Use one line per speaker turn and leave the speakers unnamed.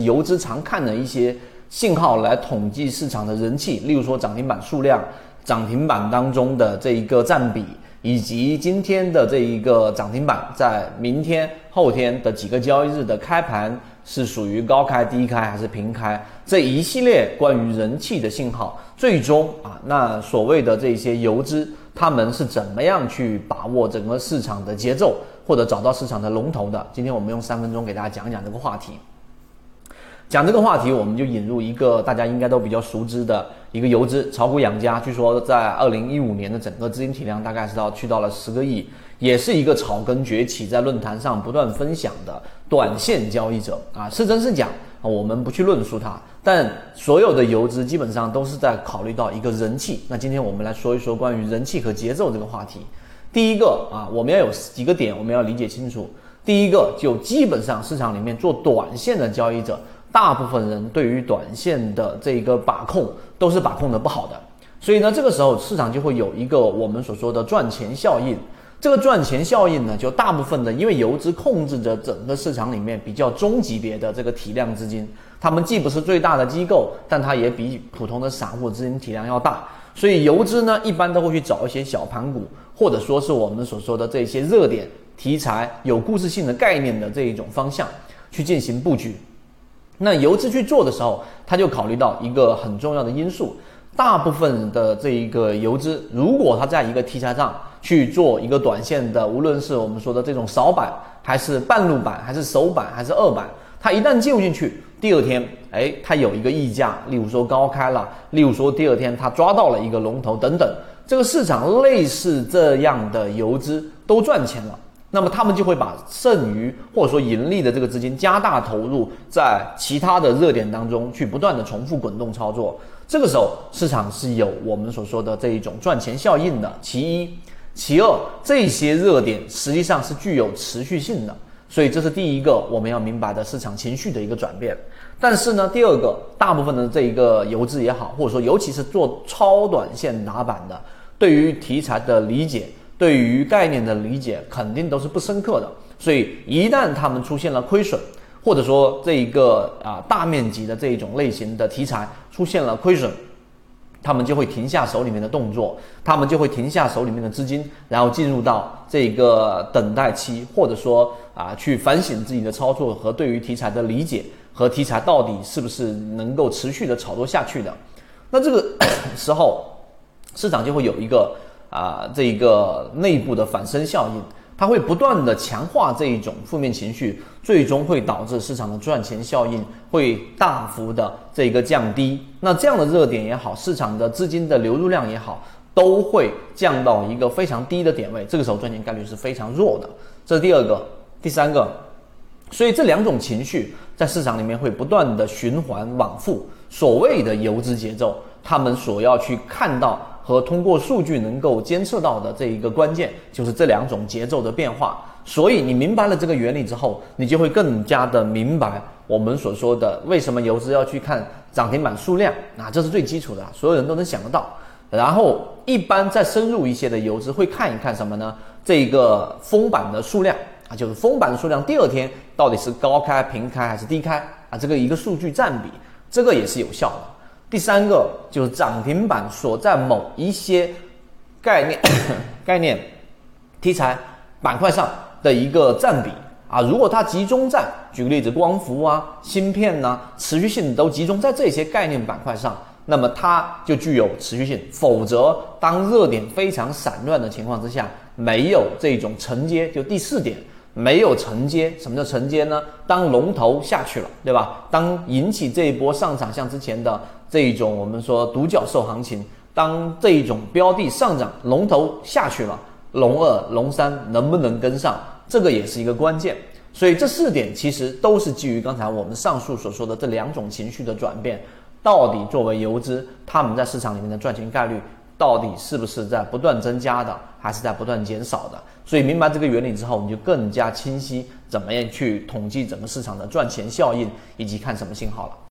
游资常看的一些信号来统计市场的人气，例如说涨停板数量、涨停板当中的这一个占比，以及今天的这一个涨停板在明天、后天的几个交易日的开盘是属于高开、低开还是平开，这一系列关于人气的信号，最终那所谓的这些游资他们是怎么样去把握整个市场的节奏，或者找到市场的龙头的？今天我们用3分钟给大家讲一讲这个话题。讲这个话题，我们就引入一个大家应该都比较熟知的一个游资炒股养家，据说在2015年的整个资金体量大概是去到了10个亿，也是一个草根崛起，在论坛上不断分享的短线交易者是真是假我们不去论述它，但所有的游资基本上都是在考虑到一个人气。那今天我们来说一说关于人气和节奏这个话题。第一个我们要有几个点我们要理解清楚。第一个，就基本上市场里面做短线的交易者，大部分人对于短线的这个把控都是把控的不好的，所以呢，这个时候市场就会有一个我们所说的赚钱效应。这个赚钱效应呢，就大部分的因为游资控制着整个市场里面比较中级别的这个体量资金，他们既不是最大的机构，但它也比普通的散户资金体量要大，所以游资呢一般都会去找一些小盘股，或者说是我们所说的这些热点题材有故事性的概念的这一种方向去进行布局。那游资去做的时候，他就考虑到一个很重要的因素，大部分的这一个游资，如果他在一个题材上去做一个短线的，无论是我们说的这种扫板，还是半路板，还是首板，还是二板，他一旦进入进去，第二天他有一个溢价，例如说高开了，例如说第二天他抓到了一个龙头等等，这个市场类似这样的游资都赚钱了，那么他们就会把剩余或者说盈利的这个资金加大投入在其他的热点当中去不断的重复滚动操作，这个时候市场是有我们所说的这一种赚钱效应的，其一。其二，这些热点实际上是具有持续性的，所以这是第一个我们要明白的市场情绪的一个转变。但是呢，第二个，大部分的这一个游资也好，或者说尤其是做超短线打板的，对于题材的理解，对于概念的理解肯定都是不深刻的，所以一旦他们出现了亏损，或者说这一个大面积的这一种类型的题材出现了亏损，他们就会停下手里面的动作，他们就会停下手里面的资金，然后进入到这个等待期，或者说去反省自己的操作和对于题材的理解，和题材到底是不是能够持续的炒作下去的。那这个时候市场就会有一个这个内部的反身效应，它会不断的强化这一种负面情绪，最终会导致市场的赚钱效应会大幅的这个降低。那这样的热点也好，市场的资金的流入量也好，都会降到一个非常低的点位，这个时候赚钱概率是非常弱的。这是第二个。第三个，所以这两种情绪在市场里面会不断的循环往复。所谓的游资节奏，他们所要去看到和通过数据能够监测到的这一个关键，就是这两种节奏的变化。所以你明白了这个原理之后，你就会更加的明白我们所说的为什么游资要去看涨停板数量这是最基础的，所有人都能想得到。然后一般再深入一些的游资会看一看什么呢？这个封板的数量就是封板的数量第二天到底是高开、平开还是低开这个一个数据占比，这个也是有效的。第三个就是涨停板所在某一些概念题材板块上的一个占比如果它集中在举个例子光伏芯片持续性都集中在这些概念板块上，那么它就具有持续性。否则当热点非常散乱的情况之下，没有这种承接，就第四点，没有承接。什么叫承接呢？当龙头下去了，对吧？当引起这一波上涨，像之前的这一种我们说独角兽行情，当这一种标的上涨，龙头下去了，龙二、龙三能不能跟上，这个也是一个关键。所以这4点其实都是基于刚才我们上述所说的这两种情绪的转变，到底作为游资他们在市场里面的赚钱概率到底是不是在不断增加的，还是在不断减少的。所以明白这个原理之后，你就更加清晰怎么样去统计整个市场的赚钱效应，以及看什么信号了。